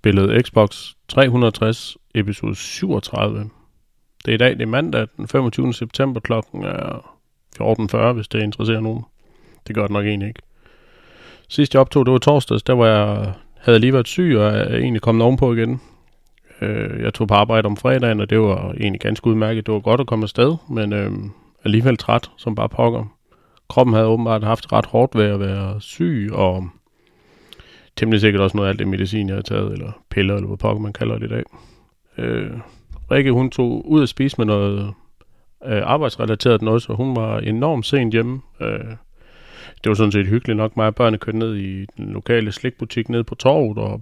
spillet Xbox 360 episode 37. Det er i dag, det er mandag den 25. september, klokken er 14.40, hvis det interesserer nogen. Det gør det nok egentlig ikke. Sidst jeg optog, det var torsdags, der var havde lige været syg, og er egentlig kommet ovenpå igen. Jeg tog på arbejde om fredagen, og det var egentlig ganske udmærket. Det var godt at komme afsted, men alligevel træt, som bare pokker. Kroppen havde åbenbart haft ret hårdt ved at være syg, og temmelig sikkert også noget af alt det medicin, jeg havde taget, eller piller, eller hvad pokker man kalder det i dag. Rikke, hun tog ud at spise med noget arbejdsrelateret noget, så hun var enormt sent hjemme. Det var sådan set hyggeligt nok. Mig og børnene kørte ned i den lokale slikbutik nede på torvet og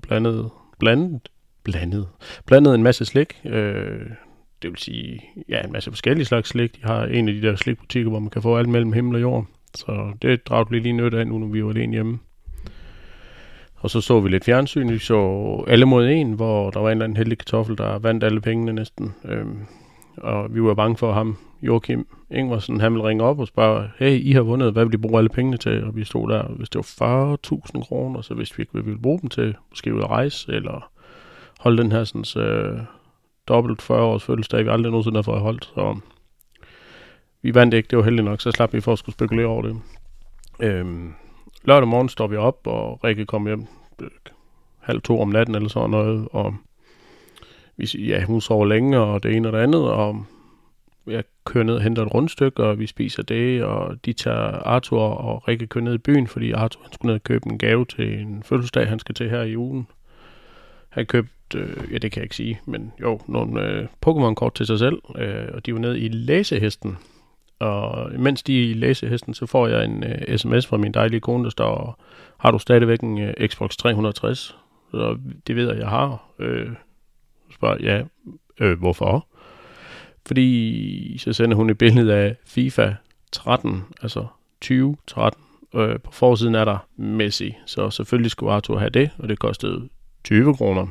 blandede en masse slik. Det vil sige, ja, en masse forskellige slags slik. De har en af de der slikbutikker, hvor man kan få alt mellem himmel og jord. Så det dragte vi lige nødt af nu, når vi var alene hjemme. Og så vi lidt fjernsyn. Vi så Alle mod en, hvor der var en eller anden heldig kartoffel, der vandt alle pengene næsten. Og vi var bange for ham, Joachim Ingvarsen, han ville ringe op og spørge, hey, I har vundet, hvad vil I bruge alle pengene til? Og vi stod der, hvis det var 40.000 kroner, så vidste vi ikke, hvad vi ville bruge dem til. Måske ud at rejse, eller holde den her sådan, dobbelt 40 års fødselsdag, vi aldrig nogensinde har fået holdt. Så vi vandt ikke, det var heldigt nok, så slap vi for at skulle spekulere over det. Lørdag morgen står vi op, og Rikke kom hjem 1:30 om natten eller sådan noget, og hun sover længe, og det ene og det andet, og jeg kører ned og henter et rundstykke, og vi spiser det, og de tager Arthur og Rikke kører ned i byen, fordi Arthur han skulle ned og købe en gave til en fødselsdag, han skal til her i ugen. Han købt, det kan jeg ikke sige, men jo, nogle Pokémon-kort til sig selv, og de var nede i læsehesten. Og mens de er i læsehesten, så får jeg en sms fra min dejlige kone, der står, har du stadigvæk en Xbox 360? Så det ved jeg har. Spørger ja, hvorfor? Fordi så sender hun et billede af FIFA 13, altså 2013. På forsiden er der Messi, så selvfølgelig skulle Arthur have det, og det kostede 20 kroner.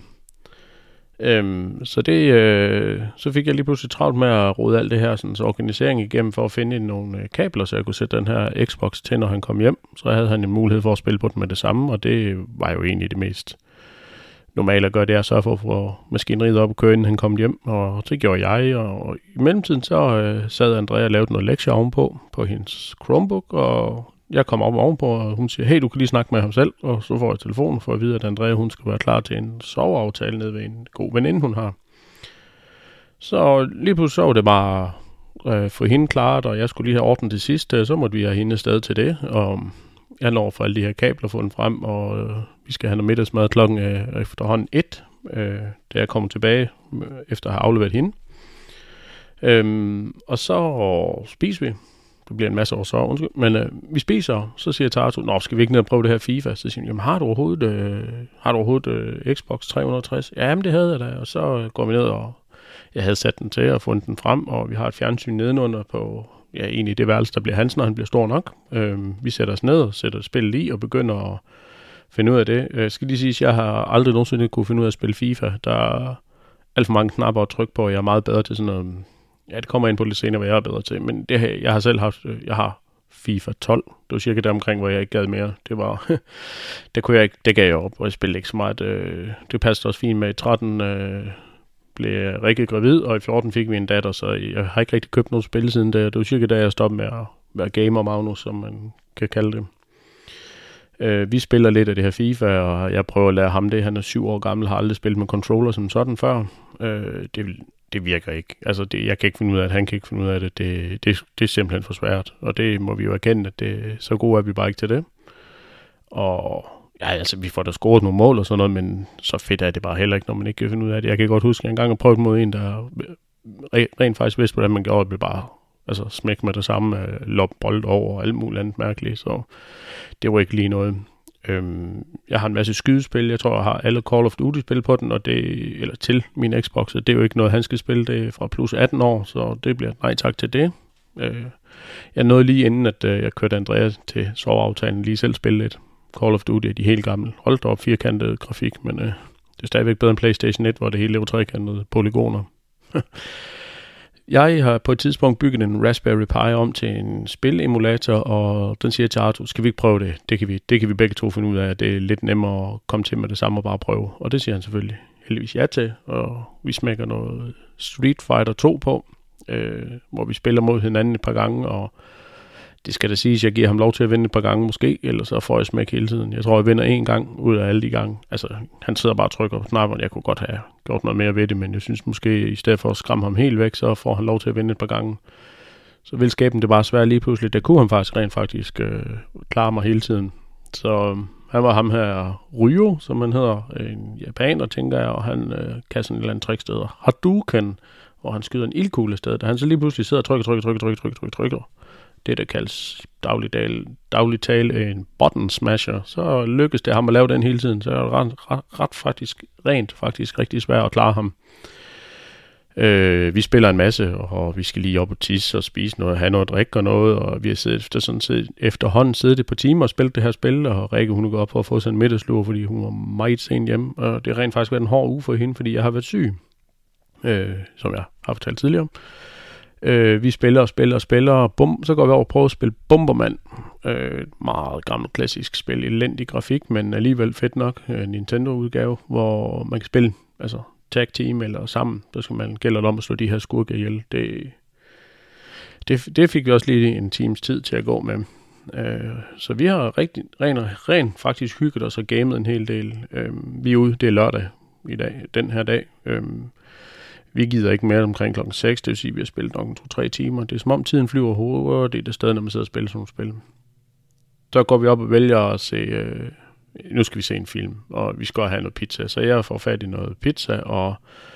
Så fik jeg lige pludselig travlt med at rode alt det her sådan, så organisering igennem for at finde nogle kabler, så jeg kunne sætte den her Xbox til, når han kom hjem. Så havde han en mulighed for at spille på den med det samme, og det var jo egentlig det mest normale at gøre, det er at sørge for at få maskineriet op og køre, inden han kom hjem, og det gjorde jeg, og i mellemtiden så sad Andrea og lavede noget lektier ovenpå på hendes Chromebook, og jeg kom op ovenpå, og hun siger, hey, du kan lige snakke med ham selv, og så får jeg telefonen for at vide, at Andrea, hun skal være klar til en soveaftale nede ved en god veninde, hun har. Så lige pludselig så var det bare for hende klart, og jeg skulle lige have ordnet det sidste, så måtte vi have hende afsted til det, og jeg når for alle de her kabler fundet frem, og vi skal have noget middagsmad klokken efterhånden 1, da jeg kommer tilbage efter at have afleveret hende. Og så spiser vi. Det bliver en masse år så, undskyld. Men vi spiser, så siger jeg til Arthur, skal vi ikke ned og prøve det her FIFA? Så siger han, jamen har du overhovedet Xbox 360? Jamen det havde jeg da, og så går vi ned, og jeg havde sat den til og fundet den frem, og vi har et fjernsyn nedenunder på, ja egentlig det værelse, der bliver hans, når han bliver stor nok. Vi sætter os ned og sætter spillet i og begynder at finde ud af det. Jeg skal lige sige, at jeg har aldrig nogensinde kunne finde ud af at spille FIFA. Der er alt for mange knapper at trykke på, og jeg er meget bedre til sådan noget. Ja, det kommer ind på lidt senere, hvad jeg er bedre til. Men det her, jeg har selv haft, jeg har FIFA 12. Det var cirka deromkring, hvor jeg ikke gad mere. Det var, det kunne jeg ikke, det gav jeg op, og jeg spillede ikke så meget. Det passede også fint med. I 13 blev jeg rigtig gravid, og i 14 fik vi en datter, så jeg har ikke rigtig købt noget spil siden det. Det var cirka da jeg stoppede med at være gamer, Magnus, som man kan kalde det. Vi spiller lidt af det her FIFA, og jeg prøver at lære ham det. Han er 7 år gammel, har aldrig spillet med controller som sådan før. Det virker ikke. Altså, jeg kan ikke finde ud af det, han kan ikke finde ud af det. Det er simpelthen for svært, og det må vi jo erkende, at det så gode er vi bare ikke til det. Og ja, altså, vi får da scoret nogle mål og sådan noget, men så fedt er det bare heller ikke, når man ikke kan finde ud af det. Jeg kan godt huske, at jeg engang har prøvet mod en, der rent faktisk vidste, hvordan man gjorde, det blev bare smæk med det samme, loppe bold over og alt muligt andet mærkeligt, så det var ikke lige noget. Jeg har en masse skydespil, jeg tror, jeg har alle Call of Duty-spil på den, og eller til min Xbox, det er jo ikke noget, han skal spille, det er fra plus 18 år, så det bliver nej tak til det. Jeg nåede lige inden, at jeg kørte Andreas til soveaftalen, lige selv spille lidt Call of Duty, de helt gamle. Holdt op, firkantet grafik, men det er stadigvæk bedre end PlayStation 1, hvor det hele er trekantet polygoner. Jeg har på et tidspunkt bygget en Raspberry Pi om til en spilemulator, og den siger til Arthur, skal vi ikke prøve det? Det kan vi begge to finde ud af, at det er lidt nemmere at komme til med det samme og bare prøve. Og det siger han selvfølgelig heldigvis ja til, og vi smækker noget Street Fighter 2 på, hvor vi spiller mod hinanden et par gange, og det skal da siges, jeg giver ham lov til at vinde et par gange måske, ellers så får jeg smæk hele tiden. Jeg tror, jeg vinder en gang ud af alle de gange. Altså, han sidder bare og trykker på knappen, jeg kunne godt have gjort noget mere ved det, men jeg synes måske, i stedet for at skræmme ham helt væk, så får han lov til at vinde et par gange. Så vil skæbnen det bare svært lige pludselig. Det kunne han faktisk rent faktisk klare mig hele tiden. Så han var ham her Ryo, som han hedder, en japaner, tænker jeg, og han kan sådan et eller andet tricksteder. Hadouken, hvor han skyder en ildkugle sted. Da han så lige pludselig sidder og trykker, det der kaldes dagligt tale en button smasher, så lykkes det ham at lave den hele tiden, så er det rent faktisk rigtig svært at klare ham. Vi spiller en masse, og vi skal lige op og tisse og spise noget, have noget drik og noget, og vi har efterhånden siddet et par timer og spillet det her spil, og Rikke, hun er gået op for at få sig en middagslur, fordi hun var meget sent hjemme, og det har rent faktisk været en hård uge for hende, fordi jeg har været syg, som jeg har fortalt tidligere. Vi spiller, og bum, så går vi over og prøver at spille Bomberman. Meget gammelt klassisk spil, elendig grafik, men alligevel fedt nok. Nintendo-udgave, hvor man kan spille altså tag team eller sammen. Der skal man gælder om at slå de her skurke ihjel. Det fik vi også lige en times tid til at gå med. Så vi har rent faktisk hygget os og gamet en hel del. Vi er ude, det er lørdag i dag, den her dag. Vi gider ikke mere omkring klokken 6, det vil sige, at vi har spillet nok 2-3 timer. Det er som om tiden flyver hurtigt, det er det sted, når man sidder og spiller sådan nogle spil. Så går vi op og vælger at se, nu skal vi se en film, og vi skal have noget pizza. Så jeg får fat i noget pizza, og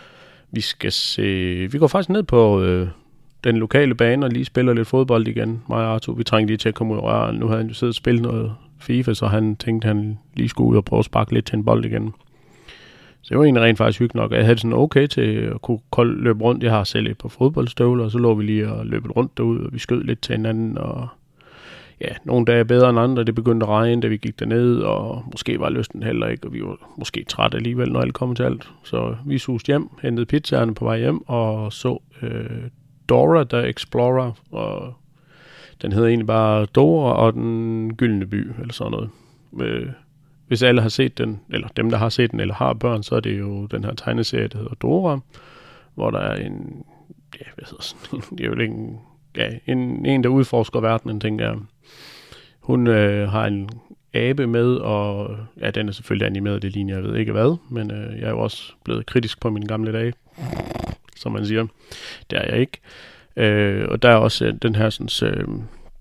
vi går faktisk ned på den lokale bane og lige spiller lidt fodbold igen. Mig og Arthur, vi trængte lige til at komme ud og røre. Nu havde han jo siddet og spillet noget FIFA, så han tænkte, at han lige skulle ud og prøve at sparke lidt til en bold igen. Så det var egentlig rent faktisk hyggeligt nok. Jeg havde sådan okay til at kunne løbe rundt. Jeg har selv et par fodboldstøvler, og så lå vi lige og løbet rundt derude, og vi skød lidt til hinanden. Og ja, nogle dage bedre end andre. Det begyndte at regne, da vi gik derned, og måske var lysten heller ikke, og vi var måske trætte alligevel, når alt kom til alt. Så vi suste hjem, hentede pizzaerne på vej hjem, og så Dora the Explorer, og den hedder egentlig bare Dora og den gyldne by, eller sådan noget. Hvis alle har set den, eller dem, der har set den, eller har børn, så er det jo den her tegneserie, der hedder Dora, hvor der er det er jo en, der udforsker verdenen, tænker jeg. Hun har en abe med, og ja, den er selvfølgelig animeret, det ligner, jeg ved ikke hvad, men jeg er jo også blevet kritisk på mine gamle dage, som man siger. Det er jeg ikke. Og der er også den her sådan,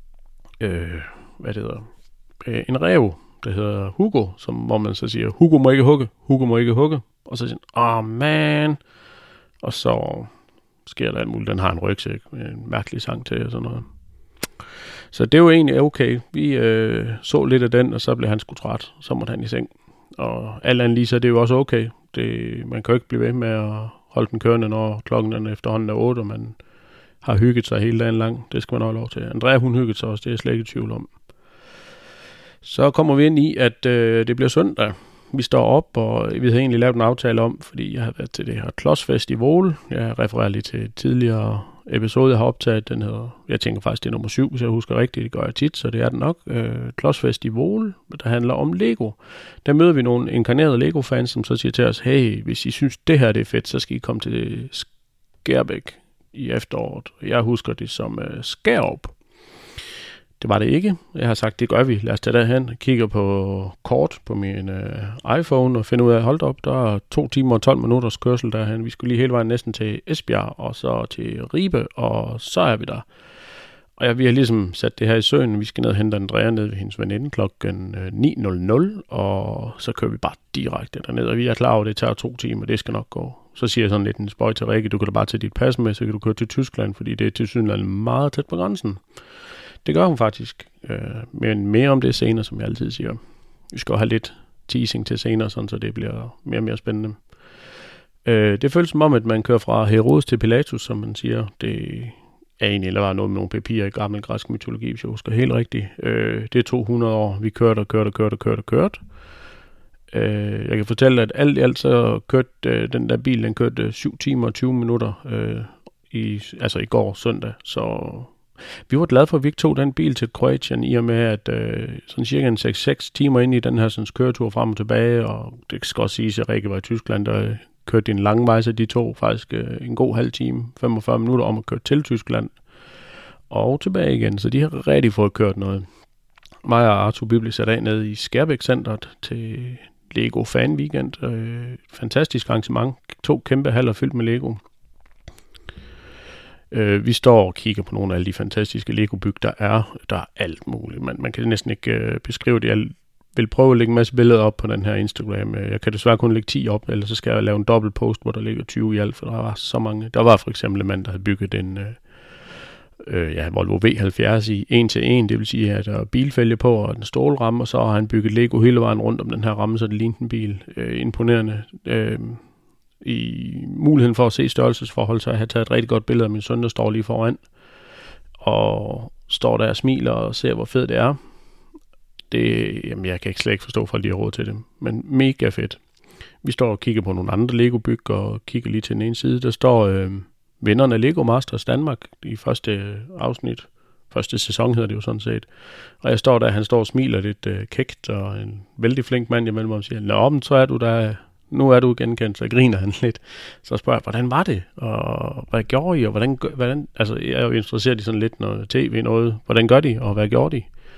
en ræv, der hedder Hugo, hvor man så siger, Hugo må ikke hugge, og så siger han, man, og så sker der alt muligt. Den har en rygsæk med en mærkelig sang til og sådan noget. Så det var egentlig okay. Vi så lidt af den, og så blev han sgu træt. Så måtte han i seng. Og alt andet lige, så det er jo også okay. Man kan jo ikke blive ved med at holde den kørende, når klokken er efterhånden er 8, og man har hygget sig hele dagen lang. Det skal man have lov til. Andrea, hun hyggede sig også, det er jeg slet ikke i tvivl om. Så kommer vi ind i, at det bliver søndag. Vi står op, og vi havde egentlig lavet en aftale om, fordi jeg havde været til det her Klodsfest i Våle. Jeg refererer lige til tidligere episode, jeg har optaget. Den hedder, jeg tænker faktisk, det er nummer 7, hvis jeg husker rigtigt. Det gør jeg tit, så det er den nok. Klodsfest i Våle, der handler om Lego. Der møder vi nogle inkarnerede Lego-fans, som så siger til os, hey, hvis I synes, det her det er fedt, så skal I komme til Skærbæk i efteråret. Jeg husker det som Skærup. Det var det ikke. Jeg har sagt, det gør vi. Lad os tage derhen. Kigger på kort på min iPhone og finder ud af, hold op, der er 2 timer og 12 minutters kørsel derhen. Vi skulle lige hele vejen næsten til Esbjerg og så til Ribe, og så er vi der. Og vi har ligesom sat det her i søen. Vi skal ned og hente Andrea ned ved hendes veninde klokken 9.00, og så kører vi bare direkte derned. Og vi er klar over, at det tager 2 timer. Det skal nok gå. Så siger jeg sådan lidt en spøj til Rikke, du kan da bare tage dit pas med, så kan du køre til Tyskland, fordi det er tilsyneladende meget tæt på grænsen. Det gør hun faktisk, men mere om det senere, som jeg altid siger. Vi skal have lidt teasing til senere, sådan, så det bliver mere og mere spændende. Det føles som om, at man kører fra Herodes til Pilatus, som man siger. Det er egentlig, eller var noget med nogle papirer i gammel græsk mytologi, hvis jeg husker helt rigtigt. Det er 200 år. Vi kørte. Jeg kan fortælle, at alt i alt så kørte den der bil, den kørte 7 timer og 20 minutter i går søndag. Så vi var glade for, at vi ikke tog den bil til Kroatien, i og med, at sådan cirka en 6 timer ind i den her sådan, køretur frem og tilbage, og det skal også siges, at Rikke var i Tyskland, der kørte en lang vej, så de tog faktisk en god halv time, 45 minutter om at køre til Tyskland og tilbage igen, så de har rigtig fået kørt noget. Mig og Arthur blev sat af nede i Skærbæk-centret til Lego Fan Weekend. Fantastisk arrangement. 2 kæmpe haller fyldt med Lego. Vi står og kigger på nogle af alle de fantastiske Lego-byg, der er. Der er alt muligt. Man kan næsten ikke beskrive det. Jeg vil prøve at lægge en masse billeder op på den her Instagram. Jeg kan desværre kun lægge 10 op, eller så skal jeg lave en dobbelt post, hvor der ligger 20 i alt, for der var så mange. Der var for eksempel en mand, der havde bygget en Volvo V70 i 1-1, det vil sige, at der er bilfælge på og en stålramme, og så har han bygget Lego hele vejen rundt om den her ramme, så det lignede en bil. Imponerende. I muligheden for at se størrelsesforhold, så jeg har taget et rigtig godt billede af min søn, der står lige foran, og står der og smiler og ser, hvor fedt det er. Jeg kan slet ikke forstå, for at de har råd til det, men mega fedt. Vi står og kigger på nogle andre Lego-byg, og kigger lige til den ene side. Der står vinderne af Lego Masters Danmark i første afsnit. Første sæson hedder det jo sådan set. Og jeg står der, han står og smiler lidt kægt, og en vældig flink mand imellem mig og siger, nå, men så er du der, nu er du genkendt, så griner han lidt. Så spørger jeg, hvordan var det, og hvad gjorde I, og hvordan altså jeg er jo interesseret i sådan lidt noget tv, noget, hvordan gør de, og hvad gjorde de?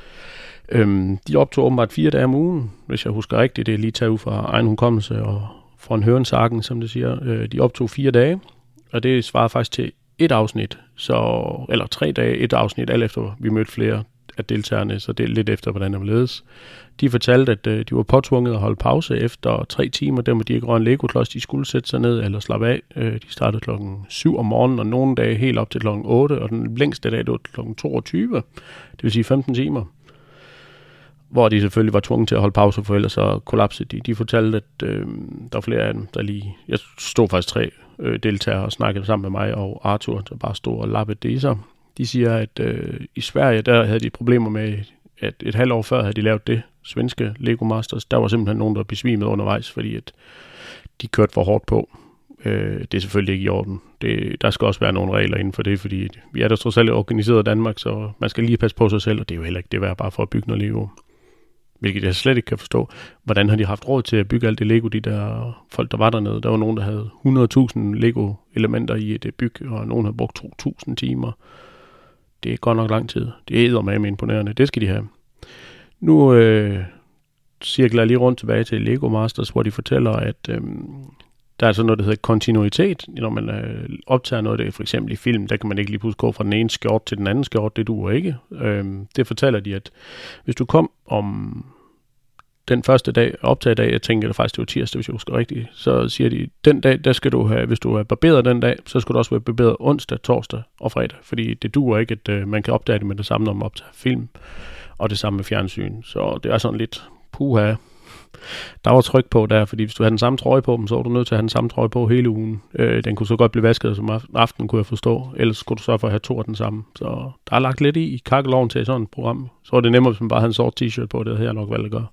De optog åbenbart 4 dage om ugen, hvis jeg husker rigtigt, det er lige taget ud fra egen hukommelse, og fra en hørensagen, som det siger. De optog 4 dage, og det svarer faktisk til 1 afsnit, eller 3 dage, 1 afsnit, alt efter vi mødte flere af deltagerne, så det er lidt efter, hvordan det var ledes. De fortalte, at de var påtvunget at holde pause efter 3 timer, der må de ikke røre en Lego-klods, de skulle sætte sig ned eller slappe af. De startede klokken 7 om morgenen, og nogle dage helt op til klokken 8, og den længste dag, det var klokken 22, det vil sige 15 timer. Hvor de selvfølgelig var tvunget til at holde pause, for ellers så kollapsede de. De fortalte, at der var flere af dem, der lige... Jeg stod faktisk 3 deltagere og snakkede sammen med mig og Arthur, der bare stod og lappede det i sig. De siger, at i Sverige, der havde de problemer med, at et halvt år før havde de lavet det svenske Lego Masters. Der var simpelthen nogen, der besvimede undervejs, fordi at de kørte for hårdt på. Det er selvfølgelig ikke i orden. Der skal også være nogle regler inden for det, fordi vi er der trods alt organiseret i Danmark, så man skal lige passe på sig selv, og det er jo heller ikke det værd bare for at bygge noget Lego. Hvilket jeg slet ikke kan forstå. Hvordan har de haft råd til at bygge alt det Lego, de der folk, der var dernede? Der var nogen, der havde 100.000 Lego-elementer i et byg, og nogen havde brugt 2.000 timer. Det er godt nok lang tid. Det er eddermame imponerende. Det skal de have. Nu cirkler jeg lige rundt tilbage til Lego Masters, hvor de fortæller, at der er sådan noget, der hedder kontinuitet. Når man optager noget, det er for eksempel i film, der kan man ikke lige pludselig gå fra den ene skjort til den anden skjort. Det duer ikke. Det fortæller de, at hvis du kom om den første dag, optagedag, jeg tænker det faktisk, det var tirsdag, hvis jeg husker rigtigt, så siger de, den dag, der skal du have, hvis du er barberet den dag, så skal du også være barberet onsdag, torsdag og fredag. Fordi det duer ikke, at man kan opdage det med det samme, når man optager film, og det samme med fjernsyn. Så det er sådan lidt puha. Der var tryk på der, fordi hvis du havde den samme trøje på dem, så var du nødt til at have den samme trøje på hele ugen. Den kunne så godt blive vasket som aften, kunne jeg forstå. Ellers skulle du så for at have 2 af den samme. Så der er lagt lidt i kakkeloven til sådan et program. Så er det nemmere, hvis man bare havde en sort t-shirt på. Det havde jeg nok valgt at gøre.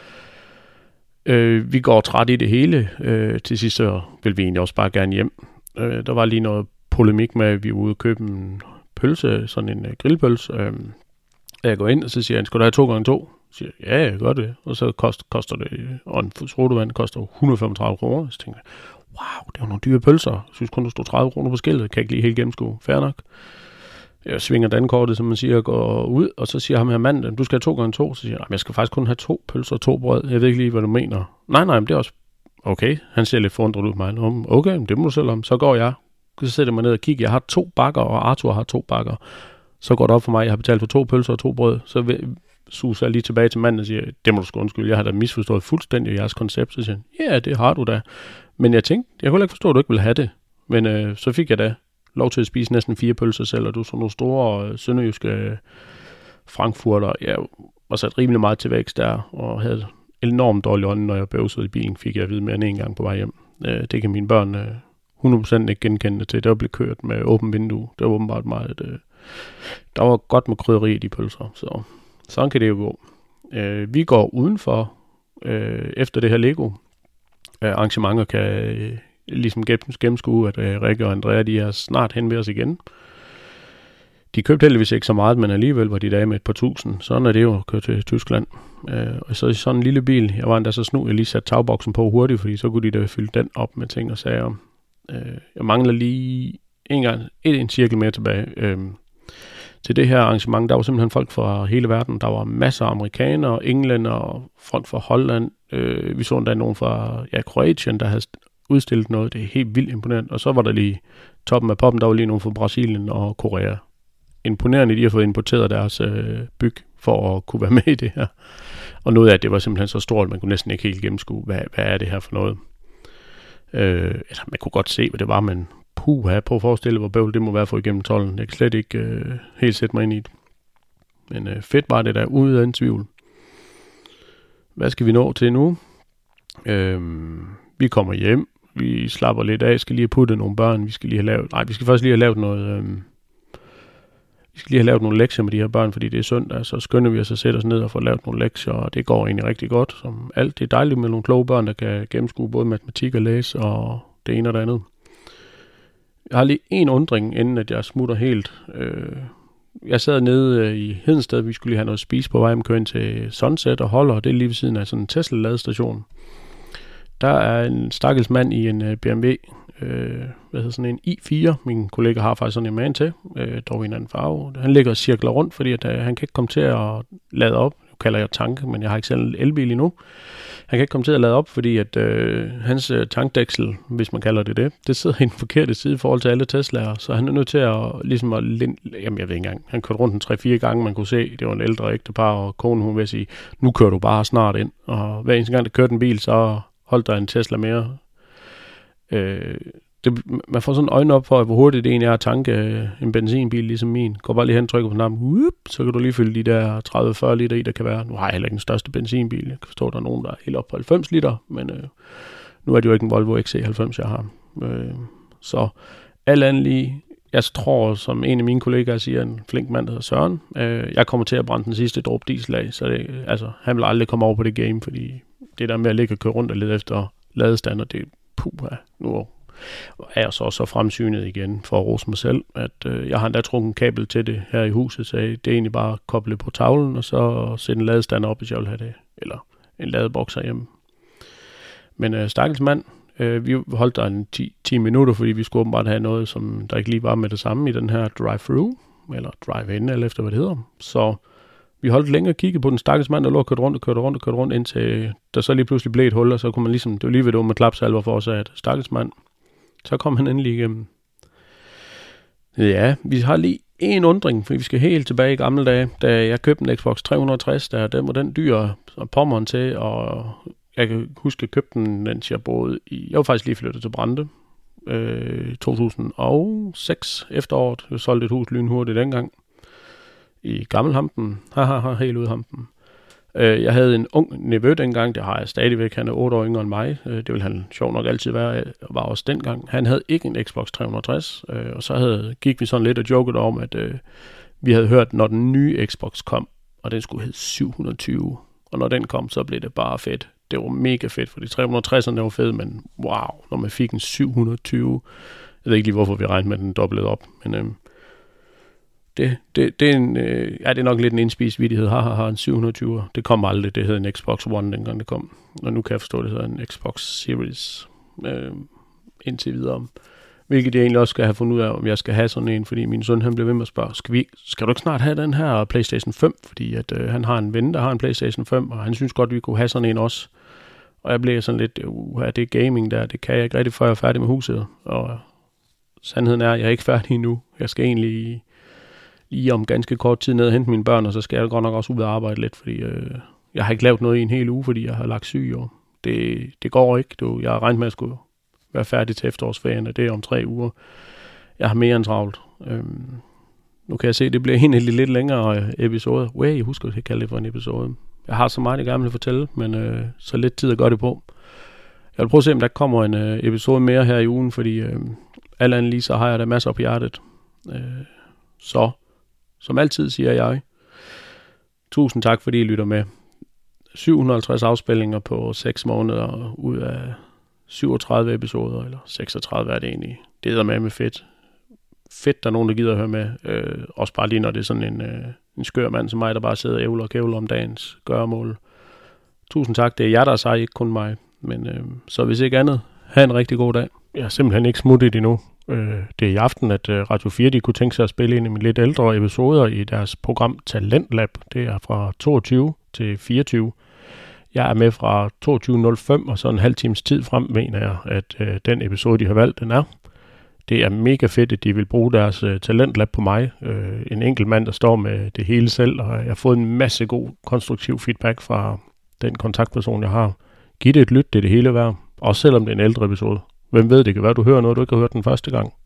Vi går træt i det hele. Til sidst så vil vi egentlig også bare gerne hjem. Der var lige noget polemik med, at vi var ude og købe en pølse, sådan en grillpølse. Jeg går ind, og så siger han, skal du have 2 gange 2? Så siger jeg, ja, jeg gør det. Og så koster det, og en sodavand koster 135 kroner. Så tænker jeg, wow, det er jo nogle dyre pølser. Jeg synes kun, der stod 30 kroner på skiltet. Kan jeg ikke lige helt gennemskue. Fair nok. Jeg svinger dankortet, som man siger, og går ud, og så siger ham her manden, du skal have 2 gange 2. Så siger jeg, jeg skal faktisk kun have 2 pølser og 2 brød. Jeg ved ikke lige, hvad du mener. Nej, men det er også okay. Han ser lidt forundret ud på mig. Okay, det må du selv om. Så går jeg. Så sætter jeg mig ned og kigger. Jeg har 2 bakker, og Arthur har 2 bakker. Så går det op for mig, jeg har betalt for 2 pølser og 2 brød. Så suser jeg lige tilbage til manden og siger, det må du sgu undskylde, jeg har da misforstået fuldstændig jeres koncept. Så siger han, ja, det har du da. Men jeg tænkte, jeg kunne ikke forstå, at du ikke ville have det. Men så fik jeg da lov til at spise næsten 4 pølser selv, og du så nogle store sønderjyske frankfurter. Jeg var sat rimelig meget til vækst der, og havde enormt dårlig ånd, når jeg bøvsede i bilen, fik jeg at vide mere end en gang på vej hjem. Det kan mine børn 100% ikke genkende til. Det var blevet kørt med åbent vindue. Det var åbenbart meget... der var godt med krydderi i de pølser, så sådan kan det jo gå. Vi går udenfor efter det her Lego arrangementer, kan ligesom gennemskue, at Rikke og Andrea, de er snart hen ved os igen. De købte heldigvis ikke så meget, men alligevel var de der med et par tusind. Sådan er det jo at køre til Tyskland. Og så i sådan en lille bil, jeg var endda så snu, jeg lige satte tagboksen på hurtigt, fordi så kunne de da fylde den op med ting og sager. Jeg mangler lige en cirkel mere tilbage. Til det her arrangement, der var simpelthen folk fra hele verden. Der var masser af amerikanere, englænder, folk fra Holland. Vi så endda nogen fra Kroatien, der havde udstillet noget. Det er helt vildt imponerende. Og så var der lige toppen af poppen, der var lige nogen fra Brasilien og Korea. Imponerende, de har fået importeret deres byg for at kunne være med i det her. Og noget af det var simpelthen så stort, at man kunne næsten ikke helt gennemskue, hvad er det her for noget. Man kunne godt se, hvad det var, men prøv at forestille, hvor bøvl det må være for igennem tolden. Jeg kan slet ikke helt sætte mig ind i det. Men fedt var det der, uden tvivl. Hvad skal vi nå til nu? Vi kommer hjem, vi slapper lidt af, skal lige have puttet nogle børn, vi skal først lige have lavet noget... Vi skal lige have lavet nogle lektier med de her børn, fordi det er søndag, så skynder vi os at sætte os ned og få lavet nogle lektier, og det går egentlig rigtig godt. Som alt, det er dejligt med nogle kloge børn, der kan gennemskue både matematik og læse, og det ene og det andet. Jeg har lige en undring, inden at jeg smutter helt. Jeg sad nede i Hedensted, vi skulle lige have noget at spise på vej, kører ind til Sunset og holder, og det er lige ved siden af sådan en Tesla-ladestation. Der er en stakkels mand i en BMW, sådan en i4. Min kollega har faktisk sådan en man til, dog i en anden farve. Han ligger og cirkler rundt, fordi at, han kan ikke komme til at lade op. Nu kalder jeg tanke, men jeg har ikke selv en elbil endnu. Han kan ikke komme til at lade op, fordi at hans tankdæksel, hvis man kalder det sidder i den forkerte side i forhold til alle Tesla'er, så han er nødt til at jeg ved ikke engang, han kørte rundt 3-4 gange, man kunne se, det var en ældre ægtepar, og konen hun vil sige, nu kører du bare snart ind, og hver eneste gang, der kørte en bil, så holdt der en Tesla mere. Man får sådan øjne op for, hvor hurtigt det egentlig er at tanke en benzinbil ligesom min. Går bare lige hen og trykker på knappen, så kan du lige fylde de der 30-40 liter i, der kan være. Nu har jeg heller ikke den største benzinbil. Jeg kan forstå, at der er nogen, der er helt op på 90 liter, men nu er det jo ikke en Volvo XC90, jeg har. Så alt andet lige, jeg tror, som en af mine kollegaer siger, en flink mand, der hedder Søren, jeg kommer til at brænde den sidste dråbe diesel af, så han vil aldrig komme over på det game, fordi det der med at ligge og køre rundt og lede efter ladestander, det nu er jeg så fremsynet igen for at rose mig selv, at jeg har endda trukket en kabel til det her i huset, så det er egentlig bare at koble på tavlen, og så sætte en ladestander op, hvis jeg vil have det, eller en ladeboks herhjemme. Men stakkels mand, vi holdt der en 10 minutter, fordi vi skulle åbenbart have noget, som der ikke lige var med det samme i den her drive-thru, eller drive-in, eller efter hvad det hedder. Så vi holdt længe og kiggede på den stakkels mand, der lå og kørte rundt, indtil der så lige pludselig blev et hul, og så kunne man ligesom, det var lige ved det med klapsalver for os, at stakkels mand. Så kom han endelig igennem. Ja, vi har lige en undring, for vi skal helt tilbage i gamle dage, da jeg købte en Xbox 360, den var den dyr og pommeren til, og jeg kan huske, at jeg købte den, mens jeg boede i, jeg var faktisk lige flyttet til Brande, 2006 efteråret. Jeg solgte et hus lynhurtigt dengang, i Gammelhampen, helt ude Hampen. Jeg havde en ung nevø dengang, det har jeg stadigvæk, han er 8 år yngre end mig, det ville han sjov nok altid være, var også dengang. Han havde ikke en Xbox 360, og så gik vi sådan lidt og jokede om, at vi havde hørt, når den nye Xbox kom, og den skulle hedde 720, og når den kom, så blev det bare fedt. Det var mega fedt, fordi 360'erne var fed, men wow, når man fik en 720, jeg ved ikke lige, hvorfor vi regnede med den dobblet op, men det er nok lidt en indspist vittighed. Har en 720. Det kom aldrig. Det hed en Xbox One, dengang det kom. Og nu kan jeg forstå, det hedder en Xbox Series indtil videre. Hvilket jeg egentlig også skal have fundet ud af, om jeg skal have sådan en, fordi min søn han blev ved med at spørge, skal du ikke snart have den her PlayStation 5? Fordi at, han har en ven, der har en PlayStation 5, og han synes godt, vi kunne have sådan en også. Og jeg blev sådan lidt, det er gaming der, det kan jeg ikke rigtig, før jeg er færdig med huset. Og sandheden er, at jeg er ikke færdig endnu. Jeg skal egentlig lige om ganske kort tid ned og hente mine børn, og så skal jeg godt nok også ud og arbejde lidt, fordi jeg har ikke lavet noget i en hel uge, fordi jeg har lagt syg, og det går ikke. Jeg har regnet med, at jeg skulle være færdig til efterårsferien, og det er om 3 uger. Jeg har mere end travlt. Nu kan jeg se, at det bliver en lidt længere episode. Jeg husker ikke at kalde det for en episode. Jeg har så meget, jeg gerne vil fortælle, men så lidt tid at gøre det på. Jeg vil prøve at se, om der kommer en episode mere her i ugen, fordi alt andet lige, så har jeg da masser på hjertet. Så som altid siger jeg, tusind tak, fordi I lytter med. 750 afspillinger på 6 måneder ud af 37 episoder, eller 36 er det egentlig. Det er med fedt. Fedt, der er nogen, der gider at høre med. Også bare lige, når det er sådan en skør mand som mig, der bare sidder og ævler og kævler om dagens gøremål. Tusind tak, det er jer, der er sej, ikke kun mig. Men så hvis ikke andet, have en rigtig god dag. Jeg er simpelthen ikke smuttet endnu. Det er i aften, at Radio 4 de kunne tænke sig at spille en af mine lidt ældre episoder i deres program Talentlab. Det er fra 22 til 24. Jeg er med fra 22.05, og så en halv times tid frem, mener jeg, at den episode, de har valgt, den er. Det er mega fedt, at de vil bruge deres talentlab på mig. En enkelt mand, der står med det hele selv, og jeg har fået en masse god, konstruktiv feedback fra den kontaktperson, jeg har. Giv det et lyt, det er det hele værd. Også selvom det er en ældre episode. Hvem ved, det kan være, du hører noget, du ikke har hørt den første gang.